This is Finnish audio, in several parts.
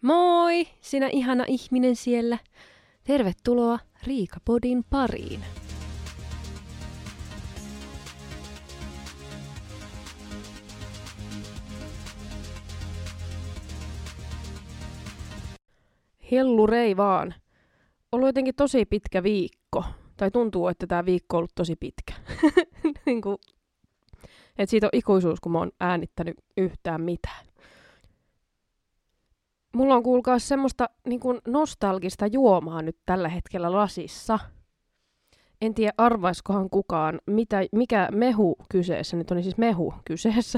Moi, sinä ihana ihminen siellä. Tervetuloa Riikapodin pariin. Hellurei vaan. Ollut jotenkin tosi pitkä viikko. Tai tuntuu, että tämä viikko on ollut tosi pitkä. Että siitä on ikuisuus, kun mä oon äänittänyt yhtään mitään. Mulla on kuulkaa semmoista nostalgista juomaa nyt tällä hetkellä lasissa. En tiedä, arvaiskohan kukaan, mikä mehu kyseessä. Nyt on siis mehu kyseessä.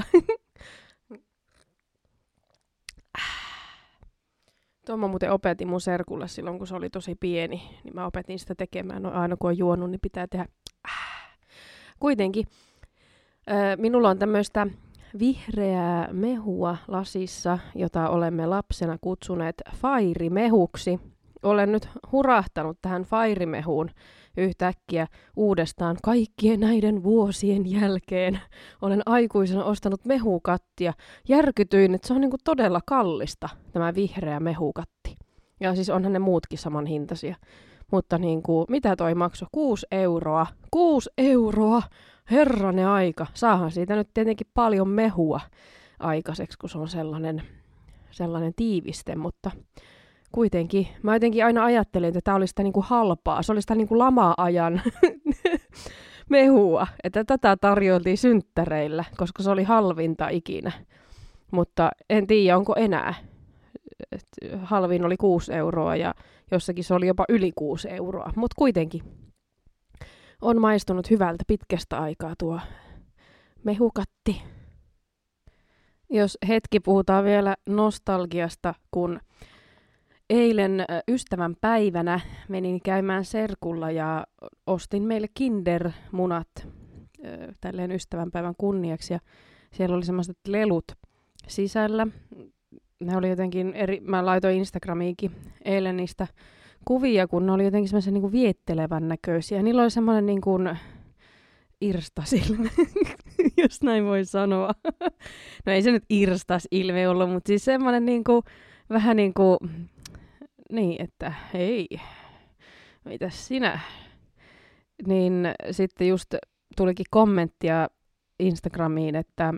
Tuon mä muuten opetin mun serkulle silloin, kun se oli tosi pieni. Niin mä opetin sitä tekemään. No, aina kun on juonut, niin pitää tehdä. Kuitenkin. Minulla on tämmöistä vihreää mehua lasissa, jota olemme lapsena kutsuneet fairimehuksi. Olen nyt hurahtanut tähän fairimehuun yhtäkkiä uudestaan kaikkien näiden vuosien jälkeen. Olen aikuisena ostanut mehukattia. Järkytyin, että se on todella kallista, tämä vihreä mehukatti. Ja siis onhan ne muutkin saman hintaisia. Mutta mitä toi maksoi? 6 euroa. 6 euroa! Herranen aika. Saahan siitä nyt tietenkin paljon mehua aikaiseksi, kun se on sellainen tiiviste, mutta kuitenkin. Mä jotenkin aina ajattelin, että tää olisi sitä halpaa. Se olisi sitä lama-ajan mehua. Että tätä tarjoiltiin synttäreillä, koska se oli halvinta ikinä. Mutta en tiedä, onko enää. Halvin oli 6 euroa ja jossakin se oli jopa yli 6 euroa. Mutta kuitenkin. On maistunut hyvältä pitkästä aikaa tuo mehukatti. Jos hetki puhutaan vielä nostalgiasta, kun eilen ystävän päivänä menin käymään serkulla ja ostin meille Kinder-munat tälleen ystävänpäivän kunniaksi. Ja siellä oli semmoiset lelut sisällä. Ne oli jotenkin mä laitoin Instagramiinkin eilen niistä kuvia, kun ne oli jotenkin semmoisen viettelevän näköisiä. Niillä oli semmoinen irstasilme, jos näin voi sanoa. No ei se nyt irstasilme ollut, mutta siis semmoinen vähän niin, että hei, mitäs sinä? Niin sitten just tulikin kommenttia Instagramiin, että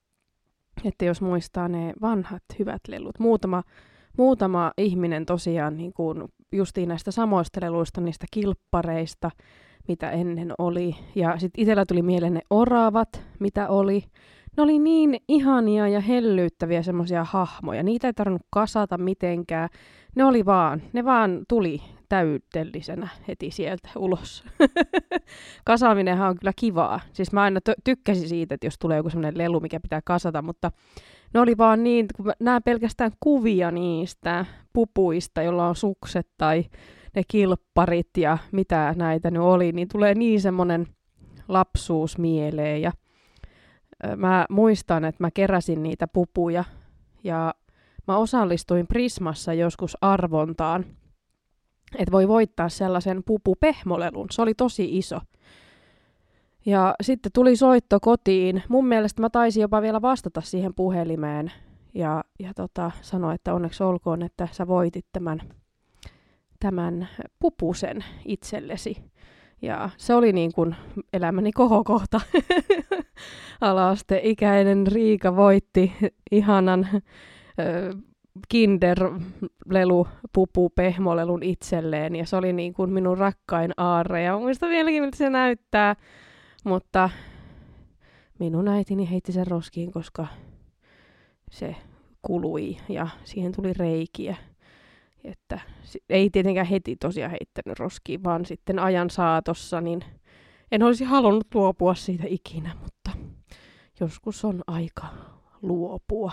jos muistaa ne vanhat hyvät lelut. Muutama ihminen tosiaan justiin näistä samoista leluista, niistä kilppareista, mitä ennen oli. Ja sitten itsellä tuli mieleen ne oravat, mitä oli. Ne oli niin ihania ja hellyyttäviä semmoisia hahmoja. Niitä ei tarvinnut kasata mitenkään. Ne vaan tuli täydellisenä heti sieltä ulos. Kasaaminenhan on kyllä kivaa. Siis mä aina tykkäsin siitä, että jos tulee joku semmoinen lelu, mikä pitää kasata, mutta ne oli vaan niin, kun mä näen pelkästään kuvia niistä pupuista, jolla on sukset tai ne kilpparit ja mitä näitä nyt oli, niin tulee niin semmoinen lapsuus mieleen. Ja mä muistan, että mä keräsin niitä pupuja ja mä osallistuin Prismassa joskus arvontaan, että voi voittaa sellaisen pupupehmolelun. Se oli tosi iso. Ja sitten tuli soitto kotiin. Mun mielestä mä taisin jopa vielä vastata siihen puhelimeen ja sanoa, että onneksi olkoon, että sä voitit tämän pupusen itsellesi. Ja se oli elämäni kohokohta. Ala-asteikäinen Riika voitti ihanan Kinder-lelu-pupu-pehmolelun itselleen. Ja se oli minun rakkain aarre. Ja muistan vieläkin, miltä se näyttää. Mutta minun äitini heitti sen roskiin, koska se kului ja siihen tuli reikiä. Että ei tietenkään heti tosiaan heittänyt roskiin, vaan sitten ajan saatossa, niin en olisi halunnut luopua siitä ikinä, mutta joskus on aika luopua.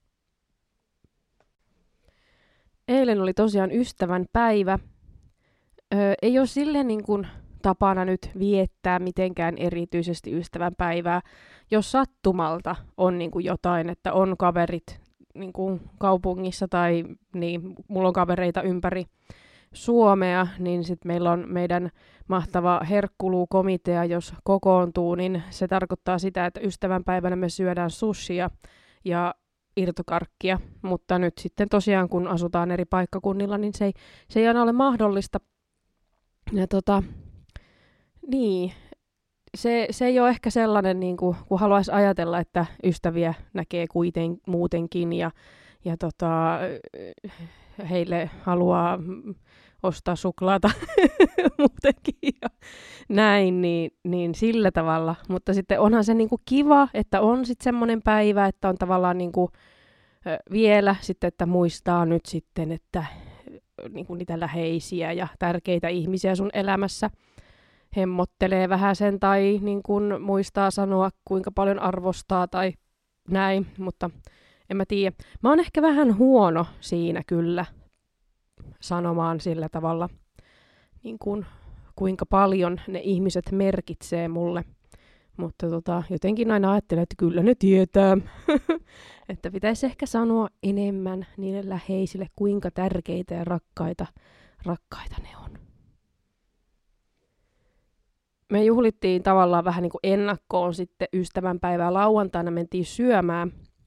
Eilen oli tosiaan ystävän päivä. Ei ole silleen tapana nyt viettää mitenkään erityisesti ystävänpäivää, jos sattumalta on jotain, että on kaverit kaupungissa tai mulla on kavereita ympäri Suomea, niin sitten meillä on meidän mahtava herkkuluukomitea, jos kokoontuu, niin se tarkoittaa sitä, että ystävänpäivänä me syödään sushia ja irtokarkkia, mutta nyt sitten tosiaan kun asutaan eri paikkakunnilla, niin se ei aina ole mahdollista. Ja niin, se ei ole ehkä sellainen, niin kuin, kun haluaisi ajatella, että ystäviä näkee muutenkin ja heille haluaa ostaa suklaata muutenkin ja näin, niin sillä tavalla. Mutta sitten onhan se niinku kiva, että on sitten semmoinen päivä, että on tavallaan niinku, vielä sitten, että muistaa nyt sitten, että niinku niitä läheisiä ja tärkeitä ihmisiä sun elämässä hemmottelee vähän sen tai niinku muistaa sanoa, kuinka paljon arvostaa tai näin, mutta en mä tiedä. Mä oon ehkä vähän huono siinä kyllä sanomaan sillä tavalla, niin kuin, kuinka paljon ne ihmiset merkitsee mulle. Mutta jotenkin aina ajattelen, että kyllä ne tietää. Että pitäisi ehkä sanoa enemmän niille läheisille, kuinka tärkeitä ja rakkaita ne on. Me juhlittiin tavallaan vähän niin kuin ennakkoon sitten ystävänpäivää lauantaina, mentiin syömään.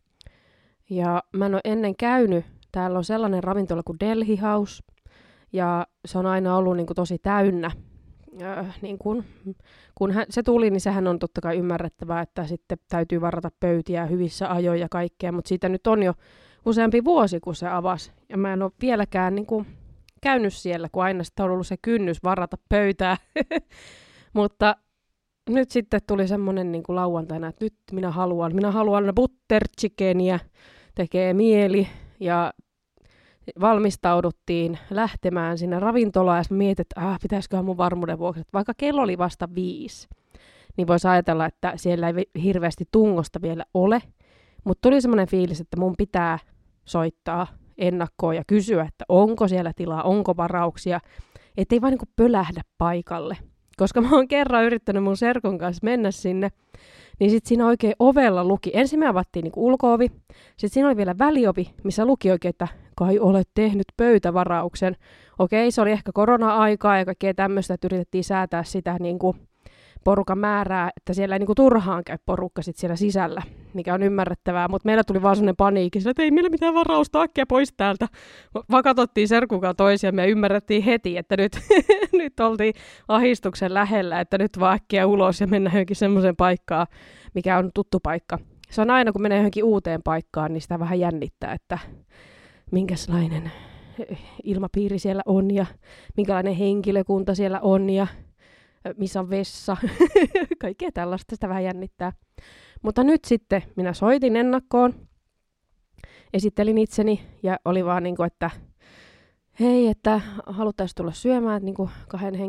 Ja mä en ole ennen käynyt. Täällä on sellainen ravintola kuin Delhi House, ja se on aina ollut niin kuin tosi täynnä. Niin kun se tuli, niin sehän on totta kai ymmärrettävää, että sitten täytyy varata pöytiä hyvissä ajoin ja kaikkea, mutta siitä nyt on jo useampi vuosi, kun se avasi. Ja mä en ole vieläkään niin kuin käynyt siellä, kun aina sitä on ollut se kynnys varata pöytää. Mutta nyt sitten tuli semmoinen niin kuin lauantaina, että nyt minä haluan butter chickeniä, tekee mieli, ja valmistauduttiin lähtemään sinne ravintolaan, ja mietin, että pitäisiköhän mun varmuuden vuoksi, että vaikka kello oli vasta 5, niin voisi ajatella, että siellä ei hirveästi tungosta vielä ole, mutta tuli semmoinen fiilis, että mun pitää soittaa ennakkoon ja kysyä, että onko siellä tilaa, onko varauksia, ettei vaan niin kuin pölähdä paikalle. Koska mä oon kerran yrittänyt mun serkun kanssa mennä sinne, niin sit siinä oikein ovella luki. Ensin me avattiin niinku ulko-ovi, sit siinä oli vielä väliovi, missä luki oikein, että kai olet tehnyt pöytävarauksen. Okei, se oli ehkä korona-aikaa ja kaikkea tämmöistä, että yritettiin säätää sitä niinku porukan määrää, että siellä ei niinku turhaan käy porukka sit siellä sisällä, mikä on ymmärrettävää. Mutta meillä tuli vaan sellainen paniikki, että ei meillä mitään varausta, äkkiä pois täältä. Vaan katsottiin serkukaan toisiamme ja ymmärrettiin heti, että nyt oltiin ahdistuksen lähellä, että nyt vaan äkkiä ulos ja mennään johonkin semmoiseen paikkaan, mikä on tuttu paikka. Se on aina, kun menee johonkin uuteen paikkaan, niin sitä vähän jännittää, että minkälainen ilmapiiri siellä on ja minkälainen henkilökunta siellä on ja missä on vessa, kaikkea tällaista, sitä vähän jännittää. Mutta nyt sitten minä soitin ennakkoon, esittelin itseni ja oli vaan niin kuin, että hei, että haluttaisiin tulla syömään, että niin kuin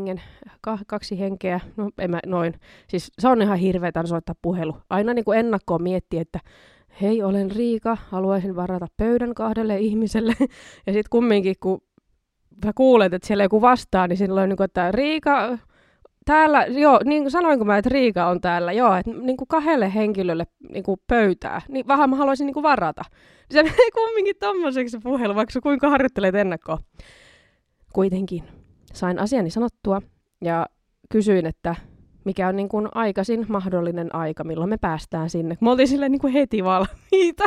2 henkeä, no en mä noin. Siis se on ihan hirveetä soittaa puhelu. Aina niin kuin ennakkoon miettiä, että hei, olen Riika, haluaisin varata pöydän 2 ihmiselle. Ja sitten kumminkin, kun sä kuulet, että siellä joku vastaa, niin silloin niin kuin, että Riika täällä, joo, niin sanoinko mä, että Riika on täällä, joo, että niin kuin 2 henkilölle niin kuin pöytää, niin vähän mä haluaisin niin kuin varata. Se menee kumminkin tommoseksi se puhelu, vaikka kuinka harjoittelet ennakkoon. Kuitenkin sain asiani sanottua ja kysyin, että mikä on niin kuin aikaisin mahdollinen aika, milloin me päästään sinne. Me oltiin silleen niin kuin heti valmiita.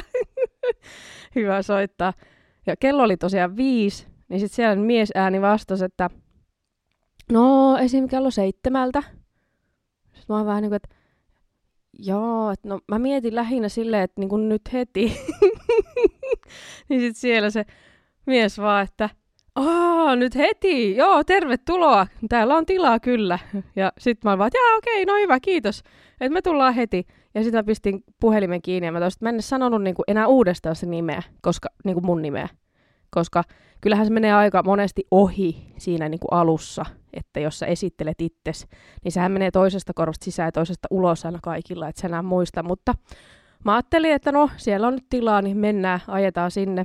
Hyvä soittaa. Ja kello oli tosiaan 5, niin sitten siellä miesääni vastasi, että no, esim. Kello 7. Sitten mä oon vähän niin kuin, että joo, että no mä mietin lähinnä silleen, että niin kuin nyt heti. Niin sit siellä se mies vaan, että nyt heti, joo, tervetuloa, täällä on tilaa kyllä. Ja sit mä oon vaan, että okei, no hyvä, kiitos, että me tullaan heti. Ja sit mä pistin puhelimen kiinni ja mä en edes sanonut niin kuin enää uudestaan se nimeä, koska, niin kuin mun nimeä. Koska kyllähän se menee aika monesti ohi siinä niin kuin alussa, että jos sä esittelet itses, niin sehän menee toisesta korvasta sisään ja toisesta ulos aina kaikilla, että sä enää muista. Mutta mä ajattelin, että no, siellä on nyt tilaa, niin mennään, ajetaan sinne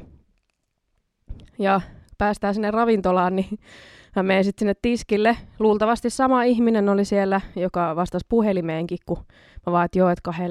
ja päästään sinne ravintolaan, niin mä menen sitten sinne tiskille. Luultavasti sama ihminen oli siellä, joka vastasi puhelimeenkin, kun mä vaan, että joo, että 2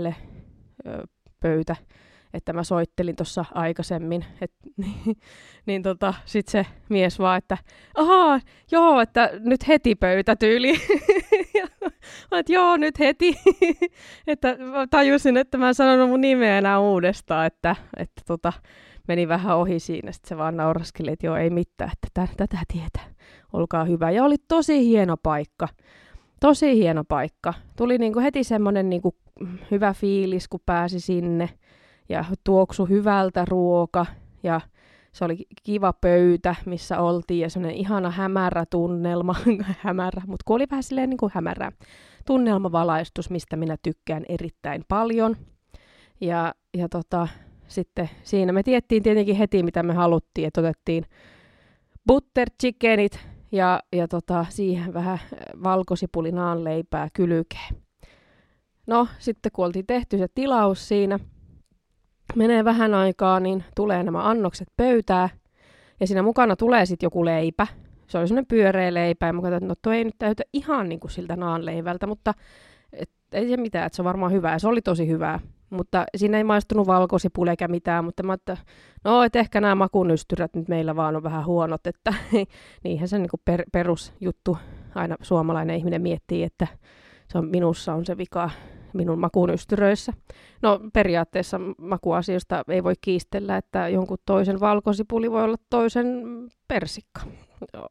pöytä. Että mä soittelin tuossa aikaisemmin, niin sit se mies vaan, että joo, että nyt heti pöytätyyli. Mä että joo, nyt heti. Että tajusin, että mä en sanonut mun nimeä enää uudestaan, että meni vähän ohi siinä. Sitten se vaan nauraskeli, että joo, ei mitään, että tätä tietä. Olkaa hyvä. Ja oli tosi hieno paikka. Tosi hieno paikka. Tuli niinku heti semmoinen niinku hyvä fiilis, kun pääsi sinne. Ja tuoksu hyvältä ruoka. Ja se oli kiva pöytä, missä oltiin. Ja semmoinen ihana hämärä tunnelma. Hämärä, mutta kun oli vähän silleen niinku hämärä tunnelmavalaistus, mistä minä tykkään erittäin paljon. Ja sitten siinä me tiedettiin tietenkin heti, mitä me haluttiin. Että otettiin butter chickenit ja siihen vähän valkosipulinaan-leipää kylkeen. No, sitten kun oltiin tehty se tilaus siinä, menee vähän aikaa, niin tulee nämä annokset pöytään. Ja siinä mukana tulee sitten joku leipä. Se oli semmoinen pyöreä leipä. Ja mä katsoin, että no toi ei nyt täytä ihan niin kuin siltä naanleivältä, mutta ei se mitään, että se on varmaan hyvää. Ja se oli tosi hyvää. Mutta siinä ei maistunut valkosipuli eikä mitään, mutta mä että no, et ehkä nämä makunystyrät nyt meillä vaan on vähän huonot, että niinhän se niinku perusjuttu aina suomalainen ihminen miettii, että se on, minussa on se vika minun makunystyröissä. No periaatteessa makuasioista ei voi kiistellä, että jonkun toisen valkosipuli voi olla toisen persikka. Joo,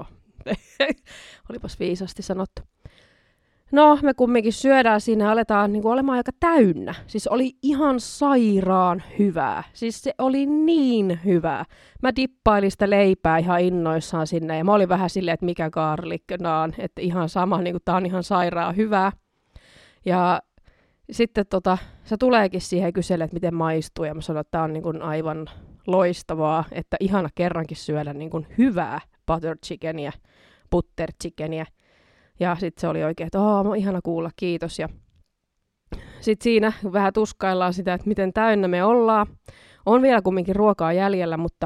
olipas viisasti sanottu. No, me kumminkin syödään siinä ja aletaan niin kuin olemaan aika täynnä. Siis oli ihan sairaan hyvää. Siis se oli niin hyvää. Mä dippailin sitä leipää ihan innoissaan sinne ja mä olin vähän silleen, että mikä garlic naan. Että ihan sama, niin kuin tää on ihan sairaan hyvää. Ja sitten se tuleekin siihen ja kyselee, että miten maistuu. Ja mä sanoin, että tää on niin kuin aivan loistavaa, että ihana kerrankin syödä niin kuin hyvää butter chickenia. Ja sitten se oli oikein, että ihana kuulla, kiitos. Ja sitten siinä vähän tuskaillaan sitä, että miten täynnä me ollaan. On vielä kumminkin ruokaa jäljellä, mutta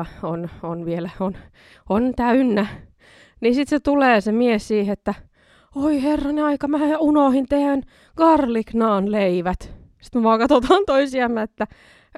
on täynnä. Niin sitten se tulee se mies siihen, että oi herranen aika, mä unohin teidän garlic naan leivät. Sitten me vaan katsotaan toisiamme, että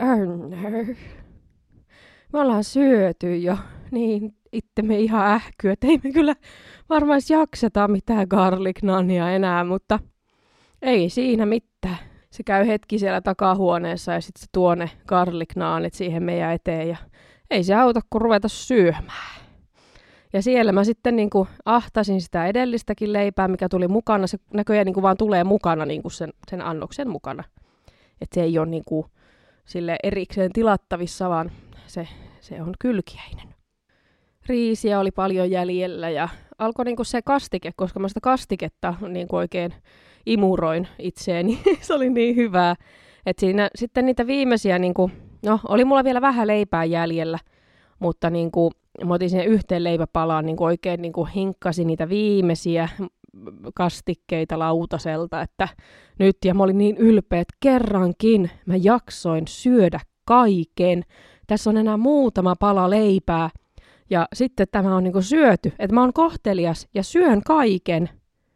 me ollaan syöty jo. Niin itsemme ihan ähkyä, että ei me kyllä varmaan jakseta mitään garlic nania enää, mutta ei siinä mitään. Se käy hetki siellä takahuoneessa ja sitten se tuo ne garlic naanit siihen meidän eteen ja ei se auta, kun ruveta syömään. Ja siellä mä sitten niinku ahtasin sitä edellistäkin leipää, mikä tuli mukana. Se näköjään niinku vaan tulee mukana niinku sen annoksen mukana. Että se ei ole niinku sille erikseen tilattavissa, vaan se on kylkiäinen. Riisiä oli paljon jäljellä ja alkoi niinku se kastike, koska mä sitä kastiketta niinku oikein imuroin itseeni. Se oli niin hyvää, että siinä sitten niitä viimeisiä, niinku, no oli mulla vielä vähän leipää jäljellä, mutta niinku, mä otin sinne yhteen leipäpalaan, niinku oikein niinku hinkkasin niitä viimeisiä kastikkeita lautaselta, että nyt, ja mä olin niin ylpeä, että kerrankin mä jaksoin syödä kaiken. Tässä on enää muutama pala leipää. Ja sitten tämä on niinku syöty, että mä oon kohtelias ja syön kaiken,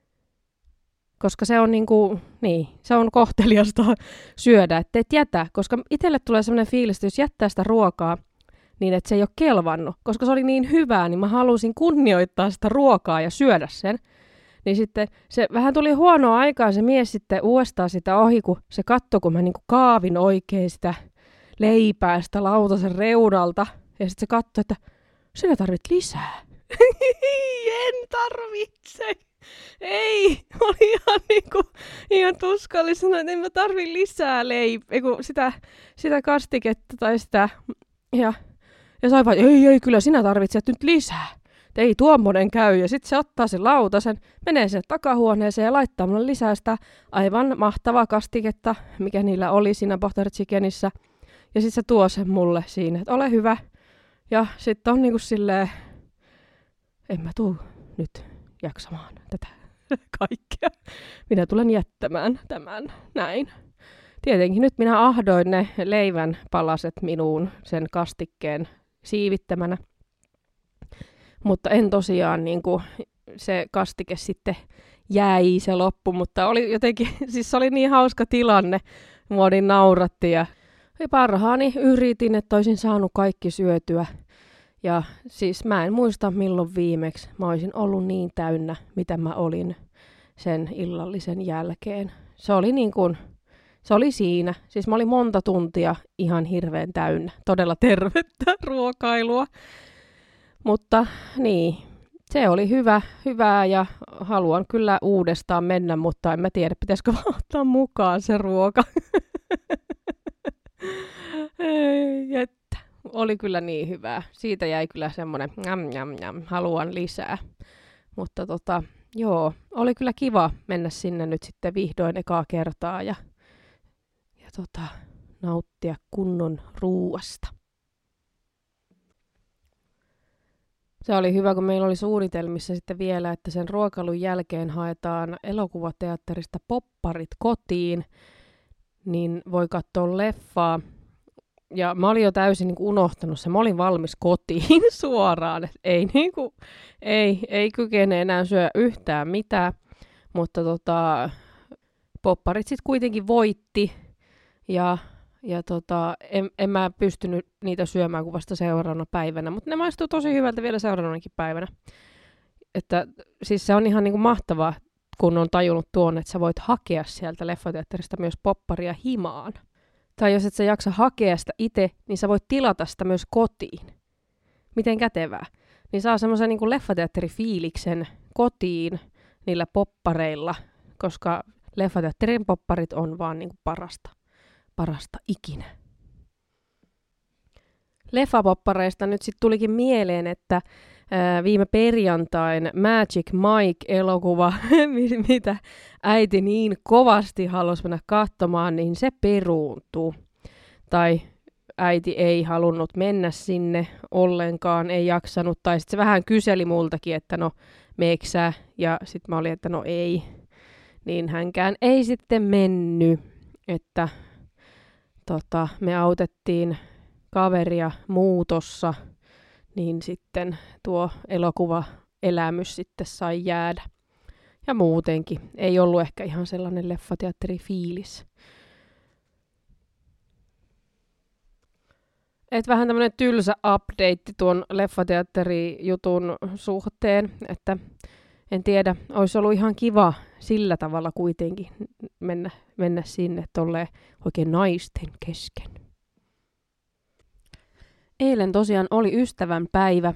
koska se on se on kohteliasta syödä, että et jätä, koska itselle tulee sellainen fiilis, että jos jättää sitä ruokaa, niin että se ei ole kelvannut, koska se oli niin hyvää, niin mä halusin kunnioittaa sitä ruokaa ja syödä sen. Niin sitten se vähän tuli huonoa aikaa, se mies sitten uudestaan sitä ohi, kun se katsoi, kun mä niinku kaavin oikein sitä leipää sitä lautasen reunalta, ja sitten se katsoi, että sinä tarvit lisää. En tarvitse. Ei, oli ihan tuskallisena, että en mä tarvi lisää sitä kastiketta tai sitä. Ja sai vaan, ei, kyllä sinä tarvitset nyt lisää. Ei tuommoinen käy. Ja sitten se ottaa sen lautasen, menee sen takahuoneeseen ja laittaa mulle lisää sitä aivan mahtavaa kastiketta, mikä niillä oli siinä butter chickenissä. Ja sitten se tuo sen mulle siinä, että ole hyvä. Ja sitten on niinku silleen, en mä tuu nyt jaksamaan tätä kaikkea. Minä tulen jättämään tämän näin. Tietenkin nyt minä ahdoin ne leivän palaset minuun sen kastikkeen siivittämänä. Mutta en tosiaan niinku, se kastike sitten jäi se loppu, mutta oli jotenkin, siis se oli niin hauska tilanne. Mua niin nauratti ja parhaani yritin, että olisin saanut kaikki syötyä. Ja siis mä en muista milloin viimeksi mä olisin ollut niin täynnä, mitä mä olin sen illallisen jälkeen. Se oli niin kuin, se oli siinä. Siis mä olin monta tuntia ihan hirveän täynnä. Todella tervettä ruokailua. Mutta niin, se oli hyvää ja haluan kyllä uudestaan mennä, mutta en mä tiedä, pitäisikö vaan ottaa mukaan se ruoka. Ei, että oli kyllä niin hyvää. Siitä jäi kyllä semmoinen haluan lisää. Mutta joo, oli kyllä kiva mennä sinne nyt sitten vihdoin ekaa kertaa ja nauttia kunnon ruuasta. Se oli hyvä, kun meillä oli suunnitelmissa sitten vielä, että sen ruokailun jälkeen haetaan elokuvateatterista popparit kotiin, niin voi katsoa leffaa. Ja mä olin jo täysin niin kuin unohtanut sen. Mä olin valmis kotiin suoraan. Ei kykene enää syödä yhtään mitään. Mutta popparit sitten kuitenkin voitti. Ja en mä pystynyt niitä syömään kuin vasta seuraavana päivänä. Mutta ne maistuu tosi hyvältä vielä seuraavanakin päivänä. Että siis se on ihan niin kuin mahtavaa, kun on tajunnut tuon, että sä voit hakea sieltä leffateatterista myös popparia himaan. Tai jos et sä jaksa hakea sitä itse, niin sä voit tilata sitä myös kotiin. Miten kätevää. Niin saa semmoisen niin kuin leffateatterifiiliksen kotiin niillä poppareilla, koska leffateatterin popparit on vaan niin kuin parasta ikinä. Leffapoppareista nyt sitten tulikin mieleen, että viime perjantain Magic Mike-elokuva, mitä äiti niin kovasti halusi mennä katsomaan, niin se peruuntui. Tai äiti ei halunnut mennä sinne ollenkaan, ei jaksanut. Tai sitten se vähän kyseli multakin, että no meeksä? Ja sitten mä olin, että no ei. Niin hänkään ei sitten mennyt, että me autettiin kaveria muutossa, niin sitten tuo elokuvaelämys sitten sai jäädä. Ja muutenkin ei ollut ehkä ihan sellainen leffateatterifiilis. Et vähän tämmönen tylsä update tuon leffateatterijutun suhteen, että en tiedä, olisi ollut ihan kiva sillä tavalla kuitenkin mennä sinne tolleen oikein naisten kesken. Eilen tosiaan oli ystävän päivä.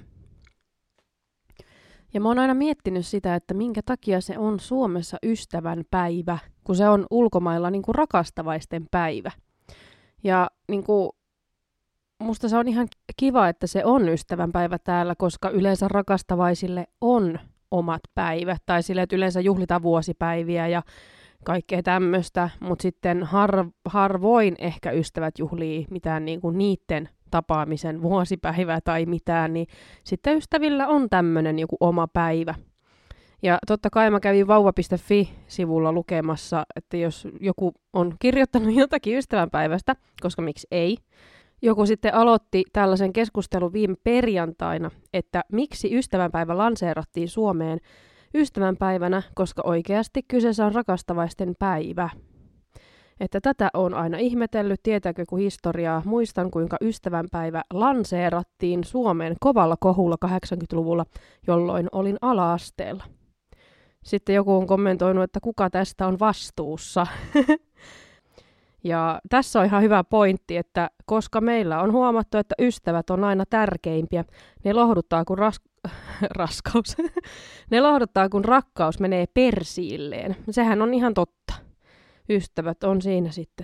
Ja mä oon aina miettinyt sitä, että minkä takia se on Suomessa ystävän päivä, kun se on ulkomailla niin kuin rakastavaisten päivä. Ja niin kuin, musta se on ihan kiva, että se on ystävän päivä täällä, koska yleensä rakastavaisille on omat päivät. Tai sille, että yleensä juhlitaan vuosipäiviä ja kaikkea tämmöistä. Mutta sitten harvoin ehkä ystävät juhlii mitään niin kuin niitten tapaamisen vuosipäivää tai mitään, niin sitten ystävillä on tämmöinen joku oma päivä. Ja totta kai mä kävin vauva.fi-sivulla lukemassa, että jos joku on kirjoittanut jotakin ystävänpäivästä, koska miksi ei, joku sitten aloitti tällaisen keskustelun viime perjantaina, että miksi ystävänpäivä lanseerattiin Suomeen ystävänpäivänä, koska oikeasti kyseessä on rakastavaisten päivä. Että tätä on aina ihmetellyt, tietääkö kun historiaa. Muistan, kuinka ystävänpäivä lanseerattiin Suomeen kovalla kohulla 80-luvulla, jolloin olin ala-asteella. Sitten joku on kommentoinut, että kuka tästä on vastuussa. Ja tässä on ihan hyvä pointti, että koska meillä on huomattu, että ystävät on aina tärkeimpiä, ne lohduttaa kun ne lohduttaa kun rakkaus menee persiilleen. Sehän on ihan totta. Ystävät on siinä sitten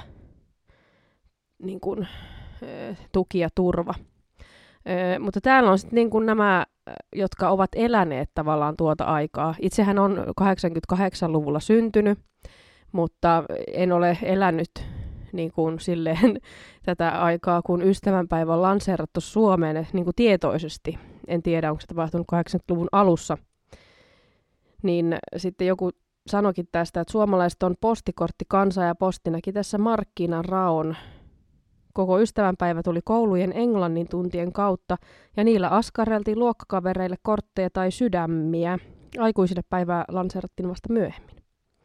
niin kuin, tuki ja turva. Mutta täällä on sitten niin kuin nämä, jotka ovat eläneet tavallaan tuota aikaa. Itsehän on 88-luvulla syntynyt, mutta en ole elänyt niin kuin silleen tätä aikaa, kun ystävänpäivä on lanseerattu Suomeen niin kuin tietoisesti. En tiedä, onko se tapahtunut 80-luvun alussa. Niin sitten joku sanokin tästä, että suomalaiset on postikorttikansa ja posti näki tässä markkinaraon. Koko ystävänpäivä tuli koulujen englannin tuntien kautta ja niillä askarreltiin luokkakavereille kortteja tai sydämiä. Aikuisille päivää lanseerattiin vasta myöhemmin.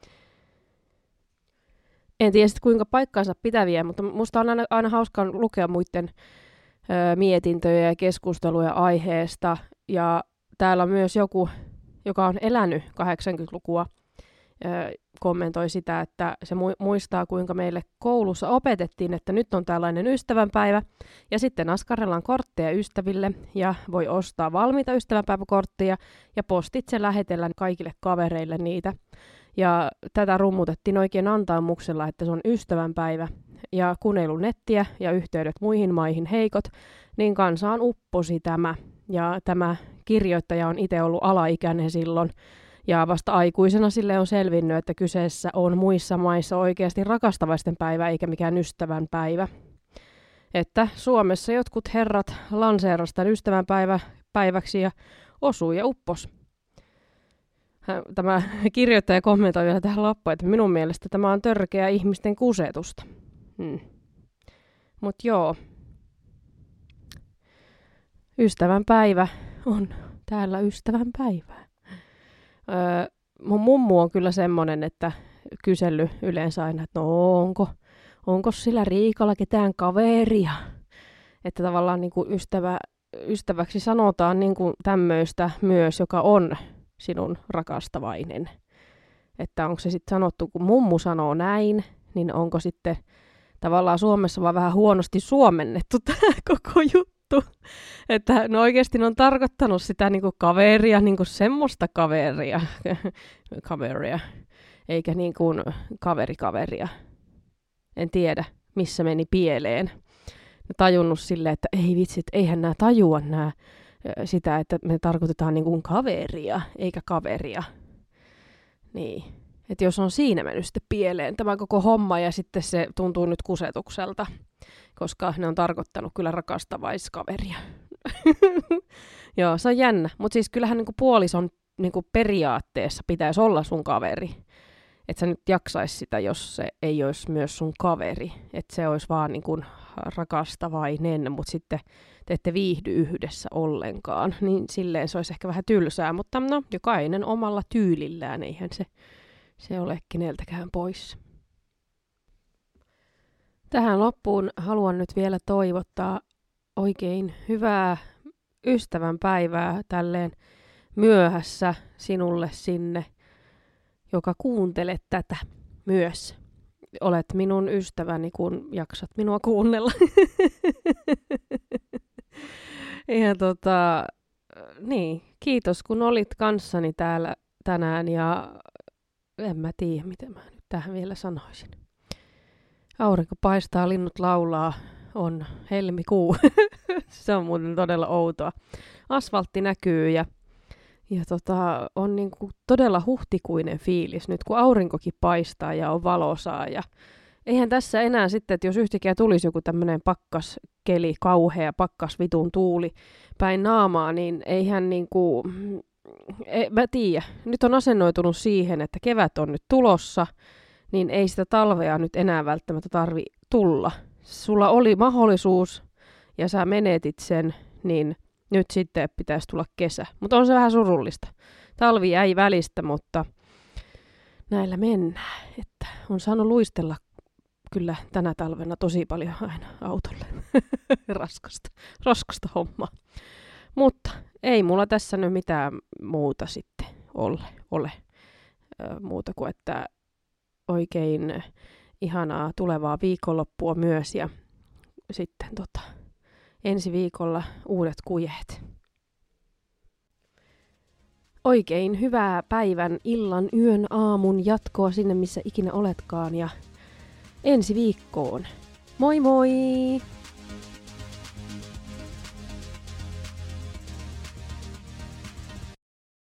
En tiedä sitten kuinka paikkaansa pitäviä, mutta musta on aina hauska lukea muiden mietintöjä ja keskusteluja aiheesta. Ja täällä on myös joku, joka on elänyt 80-lukua kommentoi sitä, että se muistaa, kuinka meille koulussa opetettiin, että nyt on tällainen ystävänpäivä, ja sitten askarrellaan kortteja ystäville, ja voi ostaa valmiita ystävänpäiväkortteja, ja postitse lähetellään kaikille kavereille niitä. Ja tätä rummutettiin oikein antaumuksella, että se on ystävänpäivä, ja kun ei ollut nettiä ja yhteydet muihin maihin heikot, niin kansaan upposi tämä. Ja tämä kirjoittaja on itse ollut alaikäinen silloin, ja vasta aikuisena sille on selvinnyt, että kyseessä on muissa maissa oikeasti rakastavaisten päivä eikä mikään ystävän päivä. Että Suomessa jotkut herrat lanseerasivat tämän ystävänpäiväksi ja osui ja uppos. Tämä kirjoittaja kommentoi vielä tähän loppuun, että minun mielestä tämä on törkeä ihmisten kusetusta. Mut joo. Ystävänpäivä on täällä ystävänpäivää. Mun mummu on kyllä semmonen, että kysely yleensä aina, että no onko sillä Riikalla ketään kaveria? Että tavallaan niin kuin ystäväksi sanotaan niin kuin tämmöistä myös, joka on sinun rakastavainen. Että onko se sitten sanottu, kun mummu sanoo näin, niin onko sitten tavallaan Suomessa vaan vähän huonosti suomennettu tämä koko juttu. Että no oikeasti ne on tarkoittanut sitä niinku kaveria, niinku semmoista kaveria, eikä niinku kaveria. En tiedä, missä meni pieleen. Tajunnut silleen, että ei vitsit, eihän nämä tajua sitä, että me tarkoitetaan niinku kaveria, eikä kaveria. Niin. Että jos on siinä mennyt sitten pieleen tämä koko homma ja sitten se tuntuu nyt kusetukselta, koska ne on tarkoittanut kyllä rakastavaiskaveria. Joo, se on jännä. Mutta siis kyllähän niinku puolison niinku periaatteessa pitäisi olla sun kaveri. Että sä nyt jaksais sitä, jos se ei olisi myös sun kaveri. Että se olisi vaan niinku rakastavainen, mutta sitten te ette viihdy yhdessä ollenkaan. Niin silleen se olisi ehkä vähän tylsää, mutta no, jokainen omalla tyylillään, eihän se ole keneltäkään pois. Tähän loppuun haluan nyt vielä toivottaa oikein hyvää ystävänpäivää tälleen myöhässä sinulle sinne, joka kuuntelet tätä myös. Olet minun ystäväni, kun jaksat minua kuunnella. Ja niin, kiitos kun olit kanssani täällä tänään ja en mä tiedä, mitä mä nyt tähän vielä sanoisin. Aurinko paistaa, linnut laulaa, on helmikuu. Se on muuten todella outoa. Asfaltti näkyy ja on niinku todella huhtikuinen fiilis nyt, kun aurinkokin paistaa ja on valosaa. Ja eihän tässä enää sitten, että jos yhtäkkiä tulisi joku tämmöinen pakkaskeli, kauhea pakkasvitun tuuli päin naamaa, niin eihän niinku... mä tiedä. Nyt on asennoitunut siihen, että kevät on nyt tulossa, niin ei sitä talvea nyt enää välttämättä tarvi tulla. Sulla oli mahdollisuus ja sä menetit sen, niin nyt sitten pitäisi tulla kesä. Mutta on se vähän surullista. Talvi jäi välistä, mutta näillä mennään. Että on saanut luistella kyllä tänä talvena tosi paljon aina autolle. Raskasta hommaa. Mutta ei mulla tässä nyt mitään muuta sitten ole. Muuta kuin, että oikein ihanaa tulevaa viikonloppua myös ja sitten ensi viikolla uudet kujeet. Oikein hyvää päivän, illan, yön, aamun jatkoa sinne missä ikinä oletkaan ja ensi viikkoon. Moi moi!